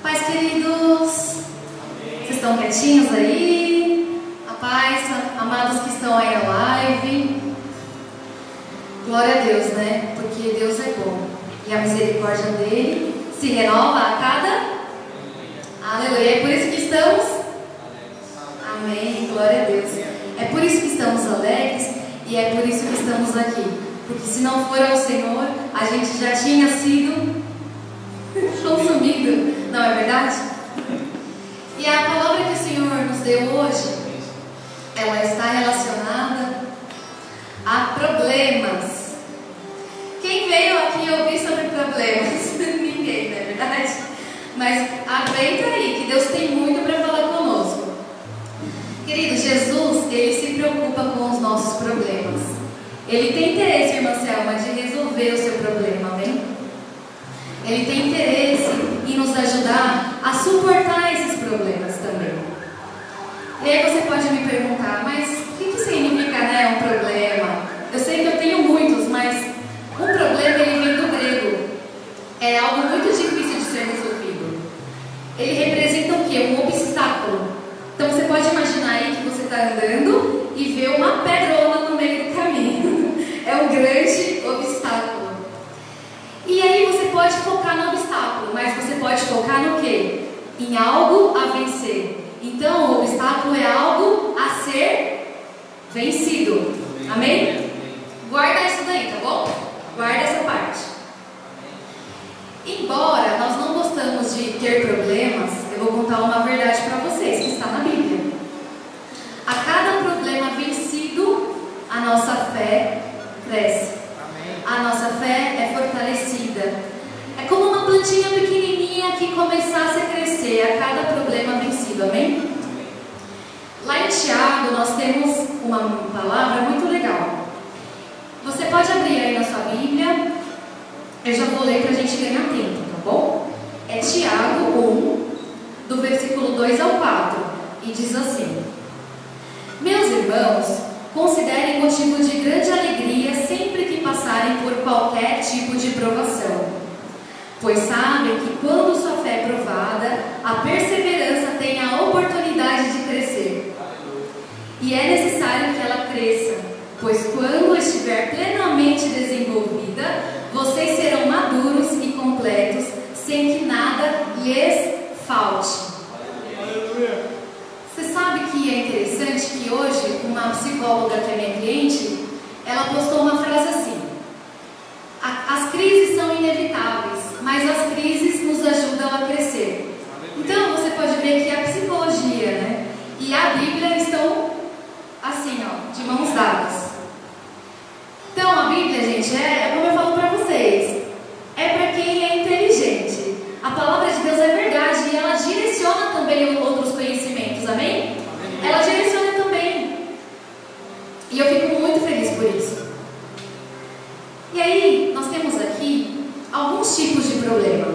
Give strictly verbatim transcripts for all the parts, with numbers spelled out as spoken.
Paz, queridos. Vocês estão quietinhos aí? A paz, amados que estão aí na live. Glória a Deus, né? Porque Deus é bom e a misericórdia dele se renova a cada. Aleluia. É por isso que estamos. Amém. Glória a Deus. É por isso que estamos alegres e é por isso que estamos aqui. Porque se não for ao Senhor, a gente já tinha sido consumido. Não é verdade? E a palavra que o Senhor nos deu hoje, ela está relacionada a problemas. Quem veio aqui ouvir sobre problemas? Ninguém, não é verdade? Mas aguenta aí, que Deus tem muito para falar conosco. Querido, Jesus, Ele se preocupa com os nossos problemas. Ele tem interesse, irmã Selma, de resolver o seu problema, amém? Ele tem interesse em nos ajudar a suportar esses problemas também. E aí você pode me perguntar, mas o que, que significa, né, um problema? Eu sei que eu tenho muitos, mas um problema ele vem do grego. É algo muito difícil de ser resolvido. Ele representa o quê? Um obstáculo. Então você pode imaginar aí que você está andando e vê uma pedrona no meio do caminho. É um grande obstáculo. E aí você pode focar no obstáculo, mas você pode focar no quê? Em algo a vencer. Então o obstáculo é algo a ser vencido. Amém? Guarda isso daí, tá bom? Guarda essa parte. Embora nós não gostamos de ter problemas, eu vou contar uma verdade para vocês que está na Bíblia. A cada problema vencido, a nossa fé cresce. A nossa fé é fortalecida. É como uma plantinha pequenininha que começasse a crescer a cada problema vencido, amém? Lá em Tiago nós temos uma palavra muito legal. Você pode abrir aí na sua Bíblia. Eu já vou ler para a gente ganhar tempo, tá bom? É Tiago um, do versículo dois ao quatro, e diz assim: Meus irmãos, considerem motivo de grande alegria sempre que passarem por qualquer tipo de provação, pois sabem que quando sua fé é provada, a perseverança tem a oportunidade de crescer. E é necessário que ela cresça, pois quando estiver plenamente desenvolvida, vocês serão maduros e completos, sem que nada lhes falte. Você sabe que é interessante que hoje uma psicóloga que é minha cliente, ela postou uma frase assim: as crises são inevitáveis, mas as crises nos ajudam a crescer. Então você pode ver que a psicologia, né, e a Bíblia estão assim, ó, de mãos dadas. Então a Bíblia, gente, é, como eu falo para vocês, é para quem é inteligente. A palavra de Deus é verdade e ela direciona também outros conhecimentos, amém? Ela direciona também. E eu fico muito feliz por isso. E aí, nós temos aqui alguns tipos de problema.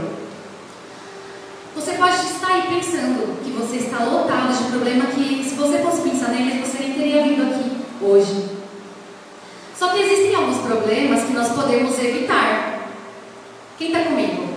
Você pode estar aí pensando que você está lotado de problema, que se você fosse pensar neles, você nem teria vindo aqui hoje. Só que existem alguns problemas que nós podemos evitar. Quem está comigo?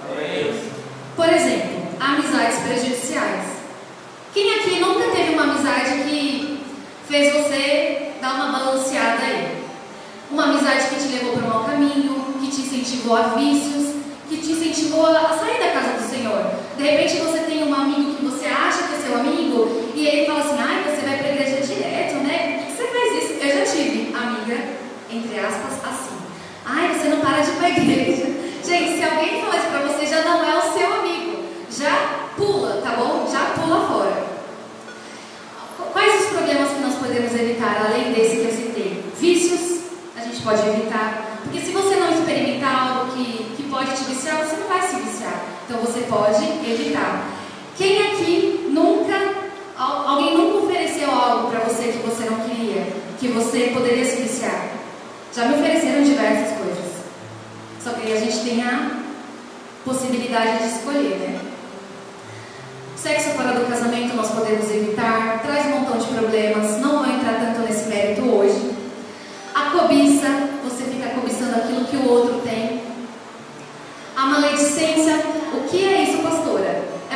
Por exemplo, amizades prejudiciais. Quem aqui nunca teve uma amizade que fez você dar uma balanceada aí? Uma amizade que te levou para um mau caminho, que te incentivou a vícios, que te incentivou a sair da casa do Senhor. De repente você tem um amigo que você acha que é seu amigo e ele fala assim: ai, você vai para a igreja direto, né? Por que você faz isso? Eu já tive amiga, entre aspas, assim: ai, você não para de ir para a igreja. Gente, se alguém falar isso para você, já não é o seu amigo. Já pula, tá bom? Já pula fora. Quais os problemas que nós podemos evitar, além desse que eu citei? Vícios, a gente pode evitar. Porque se você não experimentar algo que, que pode te viciar, você não vai se viciar. Então você pode evitar. Quem aqui nunca, alguém nunca ofereceu algo para você que você não queria, que você poderia se viciar? Já me ofereceram diversas coisas. Só que a gente tem a possibilidade de escolher, né? Sexo fora do casamento nós podemos evitar, traz um montão de problemas, não vou entrar tanto nesse mérito hoje. A cobiça, você fica cobiçando aquilo que o outro tem. A maledicência, o que é isso, pastora? É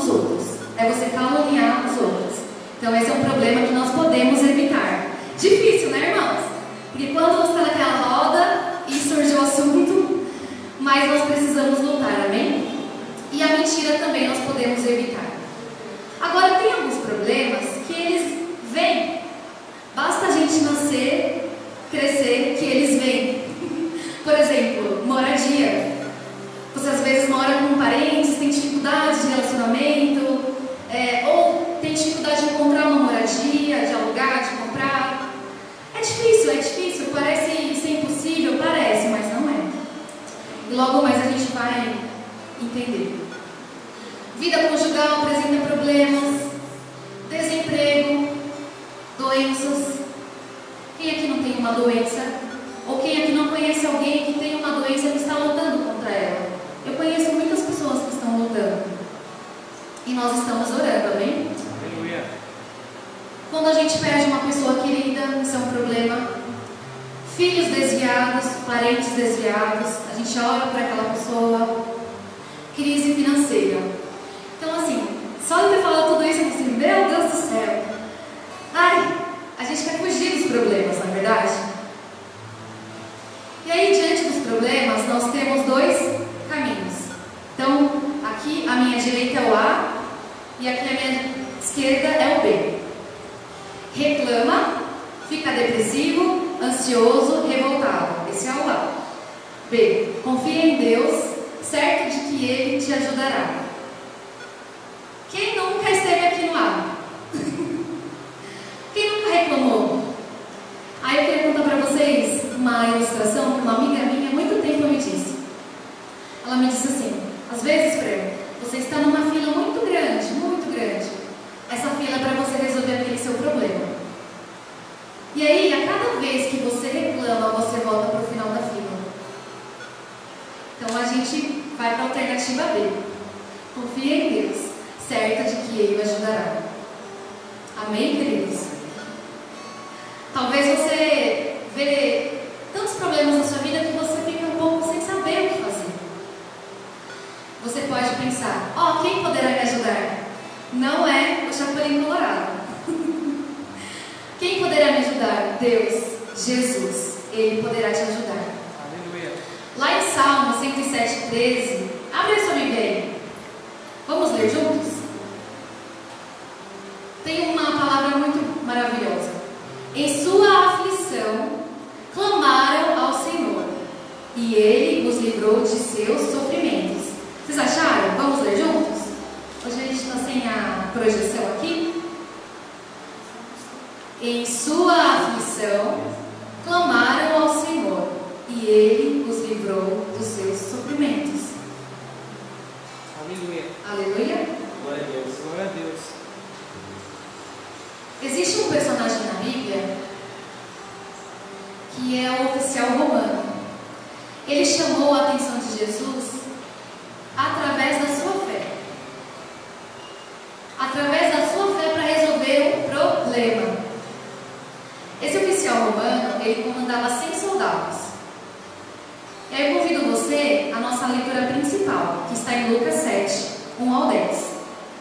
dos outros, é você caluniar os outros. Então esse é um problema que nós podemos evitar. Difícil, né, irmãos? Porque quando você está naquela roda e surge o assunto, mas nós precisamos lutar, amém? E a mentira também nós podemos evitar. Agora tem alguns problemas que eles vêm. Basta a gente nascer, crescer, que eles vêm. Por exemplo, moradia. Você às vezes mora com parentes, tem dificuldade de relacionamento, é, ou tem dificuldade de encontrar uma moradia, de alugar, de comprar. É difícil, é difícil, parece ser impossível, parece, mas não é. E logo mais a gente vai entender. Vida conjugal apresenta problemas, desemprego, doenças. Quem aqui não tem uma doença? Ou quem aqui não conhece alguém que tem uma doença e está lutando contra ela? Eu conheço muitas pessoas que estão lutando. E nós estamos orando, amém? Aleluia. Quando a gente perde uma pessoa querida, isso é um problema. Filhos desviados, parentes desviados, a gente ora por aquela pessoa. Crise financeira. Então assim, só de ter falado tudo isso, eu assim, meu Deus do céu. Ai, a gente quer fugir dos problemas, não é verdade? E aí, diante dos problemas, nós temos dois caminhos. Então, aqui à minha direita é o A e aqui à minha esquerda é o B. Reclama, fica depressivo, ansioso, revoltado. Esse é o A. B. Confia em Deus, certo de que Ele te ajudará. Quem nunca esteve aqui no A? Quem nunca reclamou? Aí eu queria contar para vocês uma ilustração que uma amiga minha há muito tempo me disse. Ela me disse assim, às vezes, Fran, você está numa fila muito grande, muito grande. Essa fila é para você resolver aquele seu problema. E aí, a cada vez que você reclama, você volta para o final da fila. Então a gente vai para a alternativa B. Confia em Deus, certa de que Ele o ajudará. Amém, queridos? Talvez você vê tantos problemas na sua vida que você fica um pouco sem saber o que fazer. Você pode pensar, ó, oh, quem poderá me ajudar? Não é o Chapolin Colorado. Quem poderá me ajudar? Deus, Jesus. Ele poderá te ajudar. Aleluia. Lá em Salmo cento e sete, treze, abre a sua Bíblia aí. Vamos ler juntos? Tem uma palavra muito maravilhosa. Em sua aflição, clamaram ao Senhor, e Ele os livrou de seus sofrimentos. Vocês acharam? Vamos ler juntos? Hoje a gente está sem a projeção aqui. Em sua aflição, clamaram ao Senhor, e Ele os livrou dos seus sofrimentos. Aleluia. Aleluia. Glória a Deus. Glória a Deus. Existe um personagem na Bíblia que é o oficial romano. Ele chamou a atenção de Jesus através da sua fé. Através da sua fé para resolver um problema. Esse oficial romano, ele comandava cem soldados. E aí eu convido você à nossa leitura principal, que está em Lucas sete, um ao dez.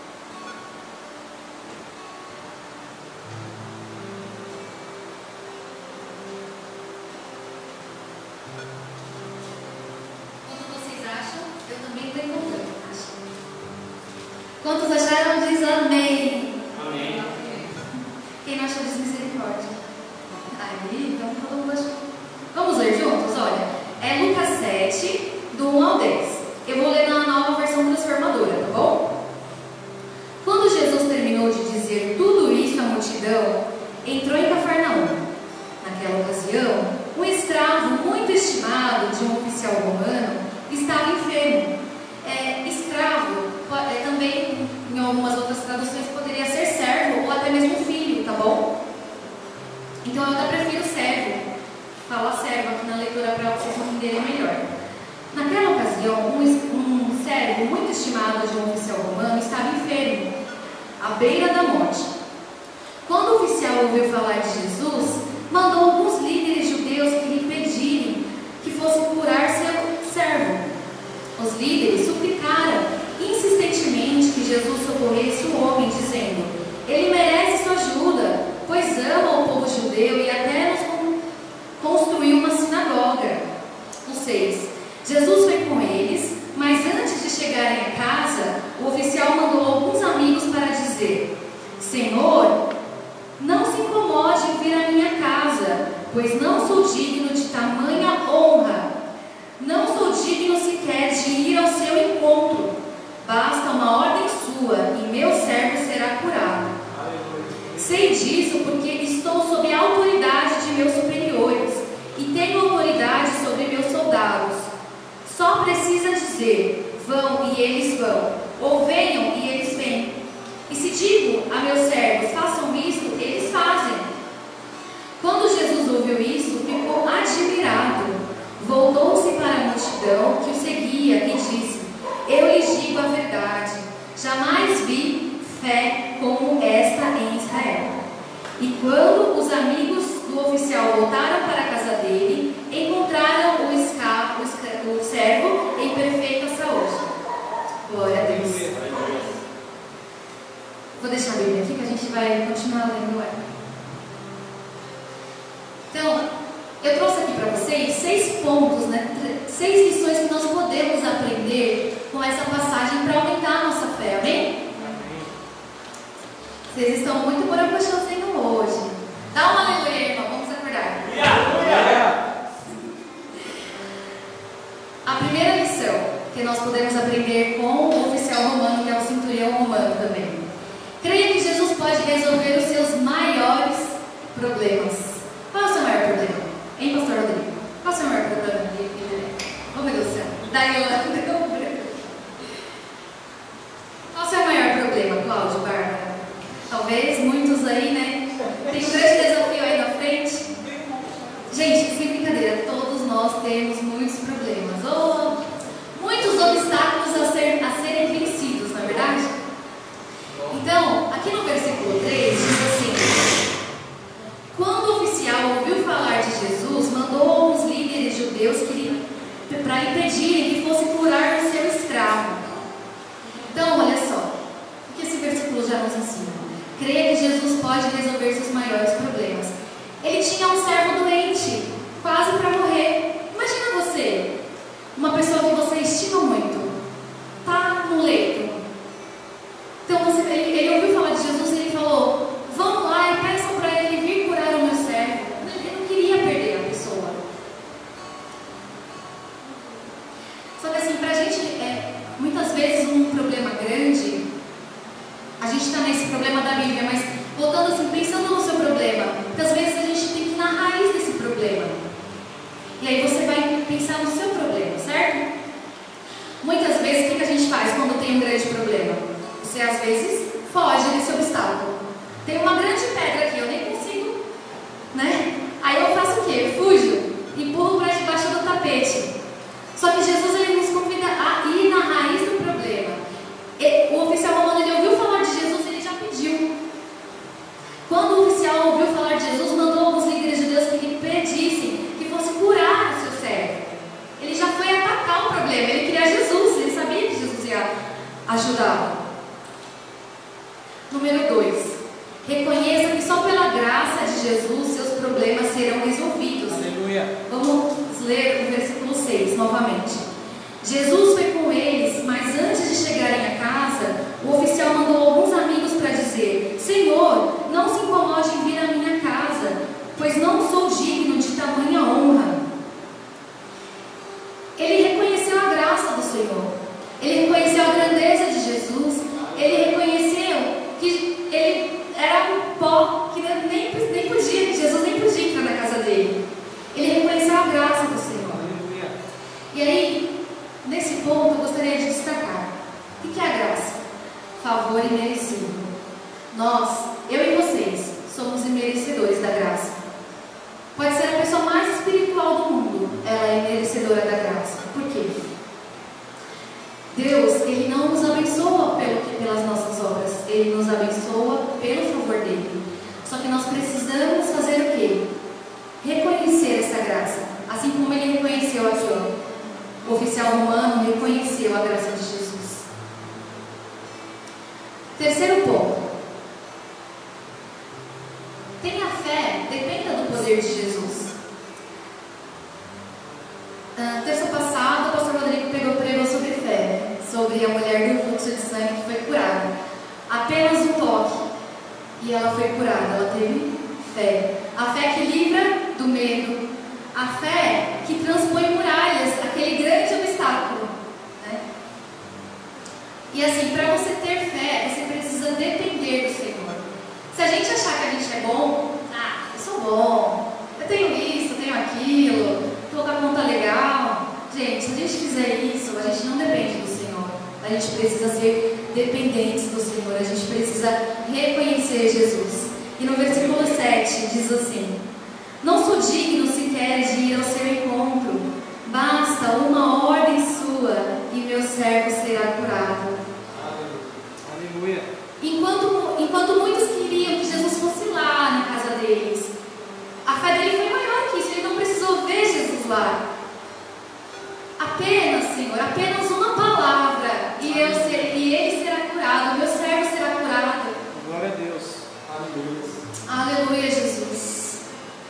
Quantos acharam? Diz amém. Amém. Quem não achou, diz misericórdia. Aí, então todo mundo achou. Vamos ler juntos? Olha, é Lucas sete, do um ao dez. Eu vou ler na nova versão transformadora, tá bom? Quando Jesus terminou de dizer tudo isso à multidão, entrou em Cafarnaum. Naquela ocasião, um escravo muito estimado de um oficial romano estava enfermo. É, escravo é, também, em algumas outras traduções, poderia ser servo ou até mesmo filho, tá bom? Então eu até prefiro servo. Fala servo aqui na leitura para vocês entenderem melhor. Naquela ocasião, um, um servo muito estimado de um oficial romano estava enfermo, à beira da morte. Quando o oficial ouviu falar de Jesus, mandou alguns líderes judeus que lhe pedirem que fosse curar seu servo. Os os líderes suplicaram insistentemente que Jesus socorresse o homem, dizendo: ele merece sua ajuda, pois ama o povo judeu e até nos construiu uma sinagoga. O seis. Jesus foi com eles, mas antes de chegarem a casa, o oficial mandou alguns amigos para dizer: Senhor, não se incomode em vir à minha casa, pois não sou digno de tamanha honra. Não sou digno sequer de ir ao seu encontro. Basta uma ordem sua e meu servo será curado. Sei disso porque estou sob a autoridade de meus superiores e tenho autoridade sobre meus soldados. Só precisa dizer: vão e eles vão, ou venham e eles vêm. E se digo a meus servos: façam isto, eles fazem. Quando Jesus ouviu isso, ficou admirado. Voltou-se para a multidão que o seguia e disse: eu lhes digo a verdade, jamais vi fé como esta em Israel. E quando os amigos do oficial voltaram para a casa dele, encontraram o, esca, o, esca, o servo em perfeita saúde. Glória a Deus. Vou deixar a Bíblia aqui que a gente vai continuar lendo ela. Então, eu trouxe aqui para vocês seis pontos, né? Seis lições que nós podemos aprender com essa passagem para aumentar a nossa fé, amém? Vocês estão muito borocochôzinho hoje. Dá uma aleluia, irmão, vamos acordar. A primeira lição que nós podemos aprender com o oficial romano, que é o centurião romano também. Creia que Jesus pode resolver os seus maiores problemas. Qual é o seu maior problema? Hein, pastor Rodrigo? Qual é o seu maior problema? Oh, meu Deus do céu. Daí eu Qual é o seu maior problema, Cláudio, Bárbara? Talvez muitos aí, né? Tem um grande desafio aí na frente. Gente, sem brincadeira, todos nós temos muitos problemas. Ou muitos obstáculos a, ser, a serem vencidos, não é verdade? Então, aqui no versículo três, diz assim: quando o oficial ouviu falar de Jesus, mandou alguns líderes judeus para lhe pedirem que fosse curar o seu escravo. Então, olha só, o que esse versículo já nos ensina? Creia que Jesus pode resolver seus maiores problemas. Ele tinha um servo doente, quase para morrer. Imagina você, uma pessoa que você estima muito, está no leito. Então, você, ele, ele ouviu falar de Jesus e ele falou: vão lá e peçam para ele vir curar o meu servo. Ele não queria perder a pessoa. Só que assim, para a gente, é, muitas vezes um problema grande, a gente está nesse problema da Bíblia, mas voltando assim, pensando no seu problema, muitas vezes a gente tem que ir na raiz desse problema. E aí você vai pensar no seu problema, certo? Muitas vezes, o que, que a gente faz quando tem um grande problema? Você às vezes foge desse obstáculo. Tem uma grande pedra aqui, eu nem consigo, né? Aí eu faço o quê? Fujo e pulo para debaixo do tapete. Só que Jesus, ele nos convida a ir na raiz do problema. E, o oficial romano, ele ouviu falar de Jesus, ele já pediu. Quando o oficial ouviu falar de Jesus, mandou alguns líderes judeus que lhe pedissem que fosse curar o seu servo. Ele já foi atacar o problema, ele queria Jesus, ele sabia que Jesus ia ajudá-lo. Número dois. Reconheça que só pela graça de Jesus seus problemas serão resolvidos. Aleluia. Vamos ler o versículo seis novamente. Jesus foi com eles, mas antes de chegarem a casa, o oficial mandou alguns amigos para dizer: Senhor, não se incomode em vir à minha casa, pois não sou digno de tamanha honra. Ele reconheceu a graça do Senhor, ele reconheceu a grandeza de Jesus, ele reconheceu que ele era um pó que nem, nem podia, Jesus nem podia entrar na casa dele. Ele reconheceu a graça do Senhor. Aleluia. E aí, nesse ponto, eu gostaria de destacar: o que é a graça? Favor imerecido. Nós, eu e vocês, somos imerecedores da graça. Pode ser a pessoa mais espiritual do mundo, ela é merecedora da graça. Por quê? Deus, Ele não nos abençoa pelo, pelas nossas obras, Ele nos abençoa pelo favor dEle. Só que nós precisamos fazer o quê? Reconhecer essa graça. Assim como Ele reconheceu aqui, ó, o oficial romano reconheceu a graça de Jesus. Terceiro ponto. Tenha fé, dependa do poder de Jesus. Uh, terça passada, o pastor Rodrigo pegou, pregou sobre fé, sobre a mulher do fluxo de sangue que foi curada. Apenas um toque e ela foi curada. Ela teve fé. A fé que livra do medo. A fé que transpõe muralhas, aquele grande obstáculo, né? E assim, para você ter fé, você precisa depender do Senhor. Se a gente achar que a gente é bom, ah, eu sou bom, eu tenho isso, eu tenho aquilo, estou com a conta legal. Gente, se a gente fizer isso, a gente não depende do Senhor. A gente precisa ser dependentes do Senhor. A gente precisa reconhecer Jesus. E no versículo sete diz assim: não sou digno sequer de ir ao seu encontro. Basta uma ordem sua e meu servo será curado. Aleluia. Enquanto, enquanto muitos queriam que Jesus fosse lá na casa deles, a fé dele foi maior que isso. Ele não precisou ver Jesus lá. Apenas, Senhor, apenas uma palavra e, eu ser, e ele será curado, o meu servo será curado. Glória a Deus. Aleluia. Aleluia, Jesus.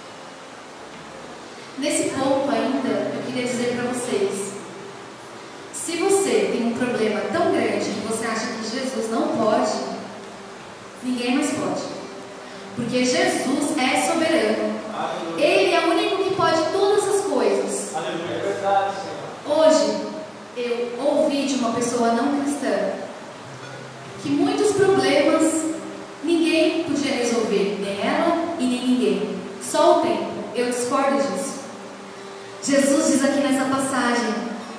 Nesse ponto ainda, eu queria dizer para vocês: se você tem um problema tão grande que você acha que Jesus não pode, ninguém mais pode. Porque Jesus é soberano. Aleluia. Ele é o único que pode todas as coisas. Aleluia. É verdade, Senhor. Hoje, eu ouvi de uma pessoa não cristã que muitos problemas ninguém podia resolver, nem ela e nem ninguém. Só o tempo. Eu discordo disso. Jesus diz aqui nessa passagem: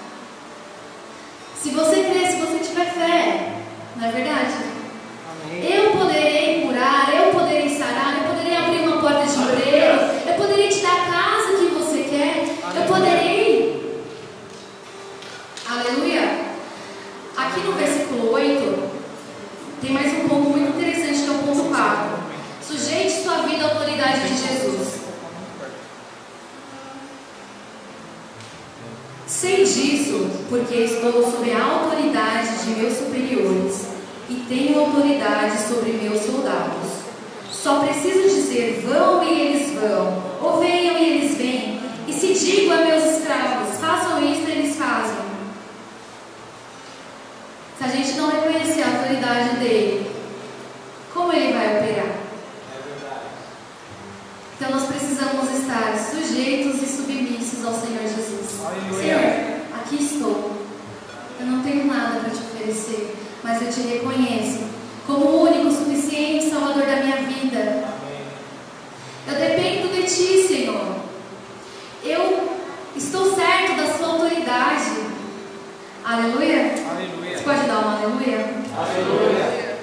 se você crer, se você tiver fé, não é verdade? Amém. Eu poderei curar, eu poderei sarar, eu poderei abrir uma porta de emprego, eu poderei te dar a casa que você quer, Amém. Eu poderei. Aleluia. Aqui no versículo oito tem mais um ponto muito interessante, que é o ponto quatro. Sujeite sua vida à autoridade de Jesus. Sei disso porque estou sob a autoridade de meus superiores e tenho autoridade sobre meus soldados. Só preciso dizer: vão e eles vão, ou venham e eles vêm. E se digo a meus escravos: façam isto, eles fazem. Se a gente não reconhecer a autoridade dele, como ele vai operar? É verdade. Então nós precisamos estar sujeitos e submissos ao Senhor Jesus. Aleluia. Senhor, aqui estou. Eu não tenho nada para te oferecer, mas eu te reconheço como o único, suficiente Salvador da minha vida. Amém. Eu dependo de ti, Senhor. Eu estou certo da sua autoridade. Aleluia. Aleluia. Você pode dar uma aleluia? Aleluia.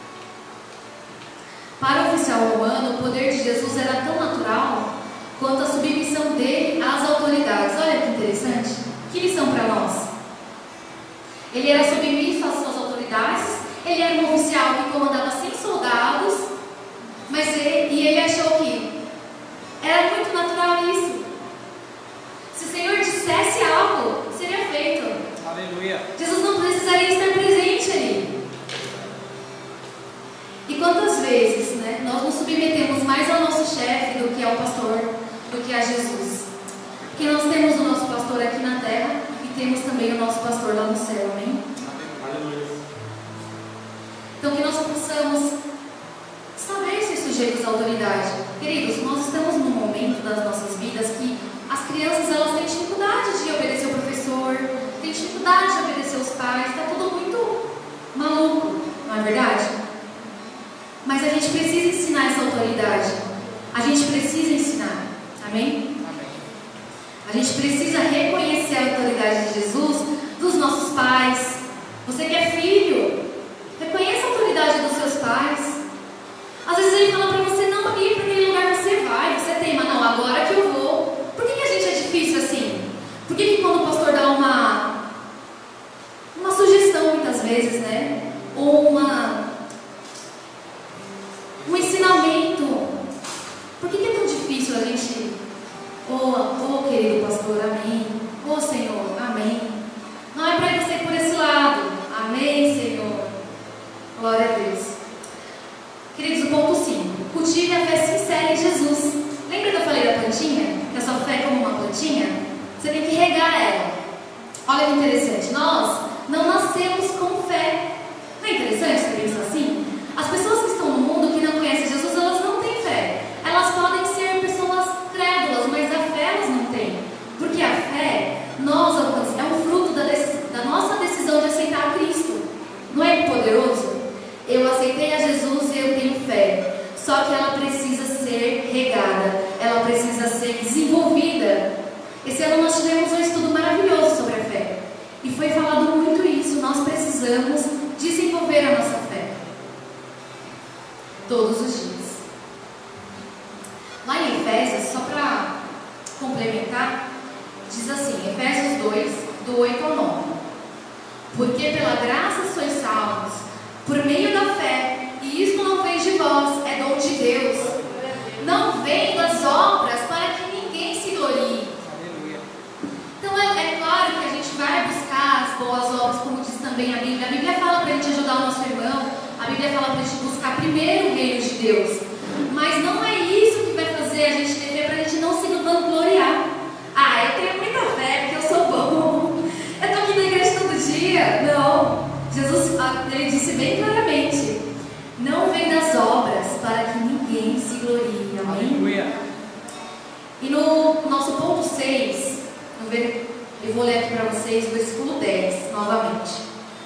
Para o oficial romano, o poder de Jesus era tão natural quanto a submissão dele às autoridades. Olha que interessante. Que lição para nós. Ele era submisso às suas autoridades. Ele era um oficial que comandava cem soldados. Mas ele, e ele achou que era muito natural isso. Se o Senhor dissesse algo, seria feito. Aleluia. Jesus não precisaria estar presente ali. E quantas vezes, né, nós nos submetemos mais ao nosso chefe do que ao pastor, do que a Jesus? Porque nós temos o nosso pastor aqui na terra e temos também o nosso pastor lá no céu, amém? Aleluia. Então que nós possamos saber ser sujeitos à autoridade. Queridos, nós estamos num momento das nossas vidas que as crianças, elas têm dificuldade de obedecer o professor, têm dificuldade de obedecer os pais, está tudo muito maluco, não é verdade? Mas a gente precisa ensinar essa autoridade. A gente precisa ensinar. Amém? Amém. A gente precisa reconhecer a autoridade de Jesus dos nossos pais. Você que é filho, reconheça a autoridade dos seus pais. Às vezes ele fala para você não ir para aquele lugar que você vai. Você teima, não, agora que eu vou. Por que, que a gente é difícil assim? Por que, que quando o pastor dá uma, uma sugestão, muitas vezes, né? Ou uma... um ensinamento, por que, que é tão difícil a gente, oh, oh querido pastor, amém, oh Senhor, amém, é poderoso? Eu aceitei a Jesus e eu tenho fé. Só que ela precisa ser regada, ela precisa ser desenvolvida. Esse ano nós tivemos um estudo maravilhoso sobre a fé. E foi falado muito isso. Nós precisamos desenvolver a nossa fé. Todos os dias. Lá em Efésios, só para complementar, diz assim, Efésios dois, do oito ao nove. Porque pela graça sois salvos, por meio da fé, e isto não vem de vós, é dom de Deus. Não vem das obras para que ninguém se glorie. Então é, é claro que a gente vai buscar as boas obras, como diz também a Bíblia. A Bíblia fala para a gente ajudar o nosso irmão, a Bíblia fala para a gente buscar primeiro o reino de Deus. Mas não é isso que vai fazer a gente ter fé, para a gente não se vangloriar. Ah, eu tenho muita fé porque eu sou bom. Eu estou aqui na igreja todo dia. Não. Jesus, ele disse bem claramente: não vem das obras para que ninguém se glorie. Amém? Aleluia. E no nosso ponto seis, eu vou ler aqui para vocês o versículo dez, novamente.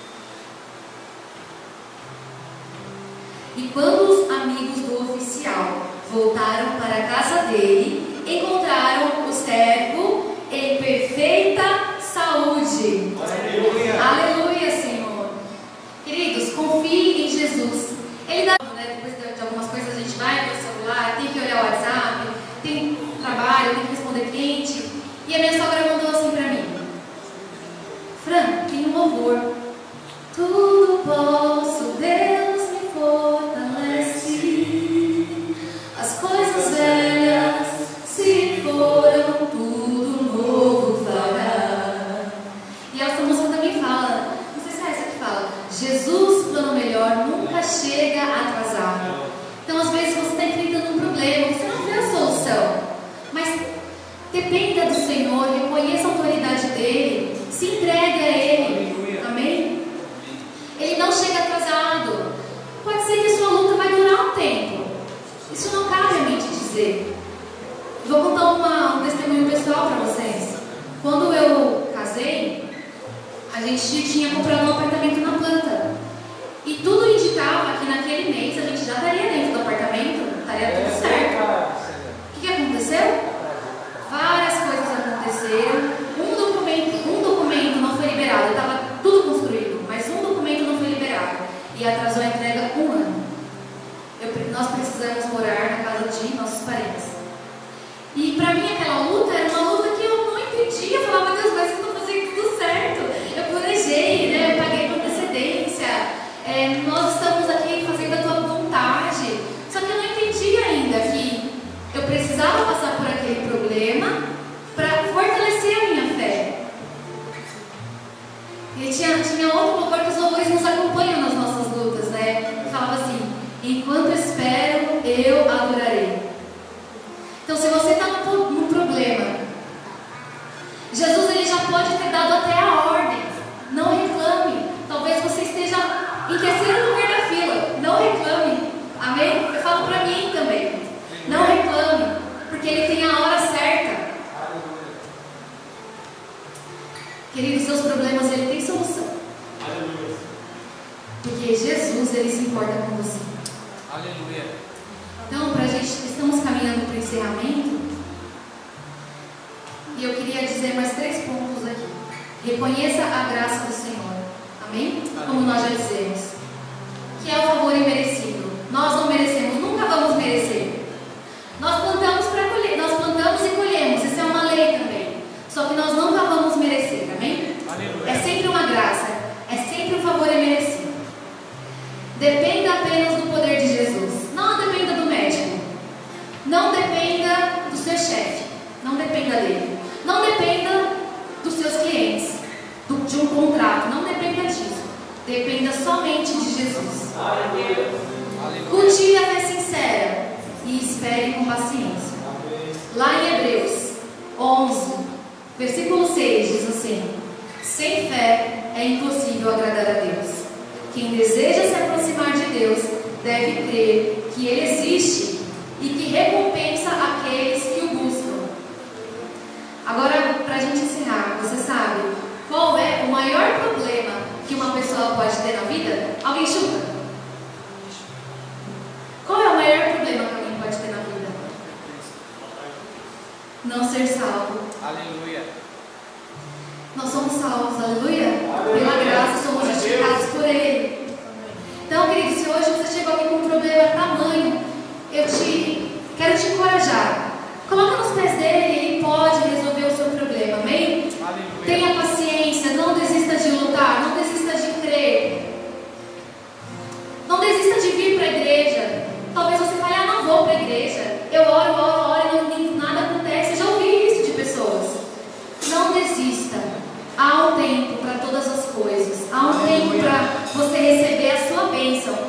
E quando os amigos do oficial voltaram para a casa dele, encontraram o servo em perfeita saúde. Aleluia. Aleluia, Senhor. Queridos, confie em Jesus. Ele dá, né, depois de algumas coisas a gente vai para o celular, tem que olhar o WhatsApp, tem trabalho, tem que responder cliente. E a minha sogra mandou assim para mim: Fran, tem um louvor. Tudo posso, Deus me fortalece. As coisas velhas se foram, tudo novo fará. E essa música também fala, não sei se é essa que fala: Jesus, plano melhor, nunca chega atrasado. Então às vezes você está enfrentando um problema, você não vê a solução, mas dependa do Senhor, reconheça a autoridade dEle, se entregue a Ele. Amém? Ele não chega atrasado. Pode ser que a sua luta vai durar um tempo. Isso não cabe a mim te dizer. Vou contar uma, um testemunho pessoal para vocês. Quando eu casei, a gente tinha comprado um apartamento na planta. E tudo indicava que naquele mês a gente já estaria dentro do apartamento, estaria tudo certo. O que, que aconteceu? Várias coisas aconteceram. Um documento, um documento não foi liberado, estava tudo construído, mas um documento não foi liberado e atrasou a entrega um ano. Eu, nós precisamos morar na casa de nossos parentes. E para mim aquela luta era uma luta que eu não entendia. Eu falava: meu Deus, mas eu estou fazendo tudo certo. Eu planejei, né? Eu paguei com antecedência. É, nós estamos aqui fazendo a tua vontade. Só que eu não entendia ainda que eu precisava passar por aquele problema para fortalecer a minha fé. E tinha, tinha outro louvor que os louvores nos acompanham nas nossas lutas, né? Eu falava assim: enquanto espero, eu adorarei. Então, se você está num, num problema, Jesus ele já pode ter dado até a ordem. Não reclame. Talvez você esteja em terceiro lugar da fila. Não reclame. Amém? Eu falo para mim também. Não reclame, porque Ele tem a hora certa. Queridos, seus problemas, Ele tem solução. Porque Jesus, Ele se importa com você. Aleluia. Então, pra gente, estamos caminhando para o encerramento. E eu queria dizer mais três pontos aqui. Reconheça a graça do Senhor. Amém? Como nós já dizemos. Que é o favor imerecido. Nós não merecemos, nunca vamos merecer. Nós plantamos para colher, nós plantamos e colhemos. Isso é uma lei também. Só que nós nunca vamos merecer, amém? Aleluia. É sempre uma graça. É sempre um favor imerecido. Dependa apenas do poder de Jesus. Não dependa do médico. Não dependa do seu chefe. Não dependa dele. Não dependa dos seus clientes, do, de um contrato. Não dependa disso. Dependa somente de Jesus. Cultive a fé sincera e espere com paciência. Lá em Hebreus onze, versículo seis, diz assim: sem fé é impossível agradar a Deus. Quem deseja se aproximar de Deus deve crer que Ele existe e que recompensa aqueles que o buscam. Agora, para a gente encerrar, você sabe qual é o maior problema que uma pessoa pode ter na vida? ser salvo. Aleluia. Nós somos salvos, aleluia? Pela graça somos justificados por Ele. Então, queridos, se hoje você chegou aqui com um problema tamanho, eu te quero te encorajar. Coloca nos pés dele, Ele pode resolver o seu problema, amém? Aleluia. Tenha paciência, não desista de lutar, não desista de crer. Não desista de vir para a igreja. Talvez você fale, ah, não vou para a igreja. Eu oro, oro, oro e não, nada acontece. Eu já ouvi isso de pessoas. Não desista. Há um tempo para todas as coisas. Há um tempo para você receber a sua bênção.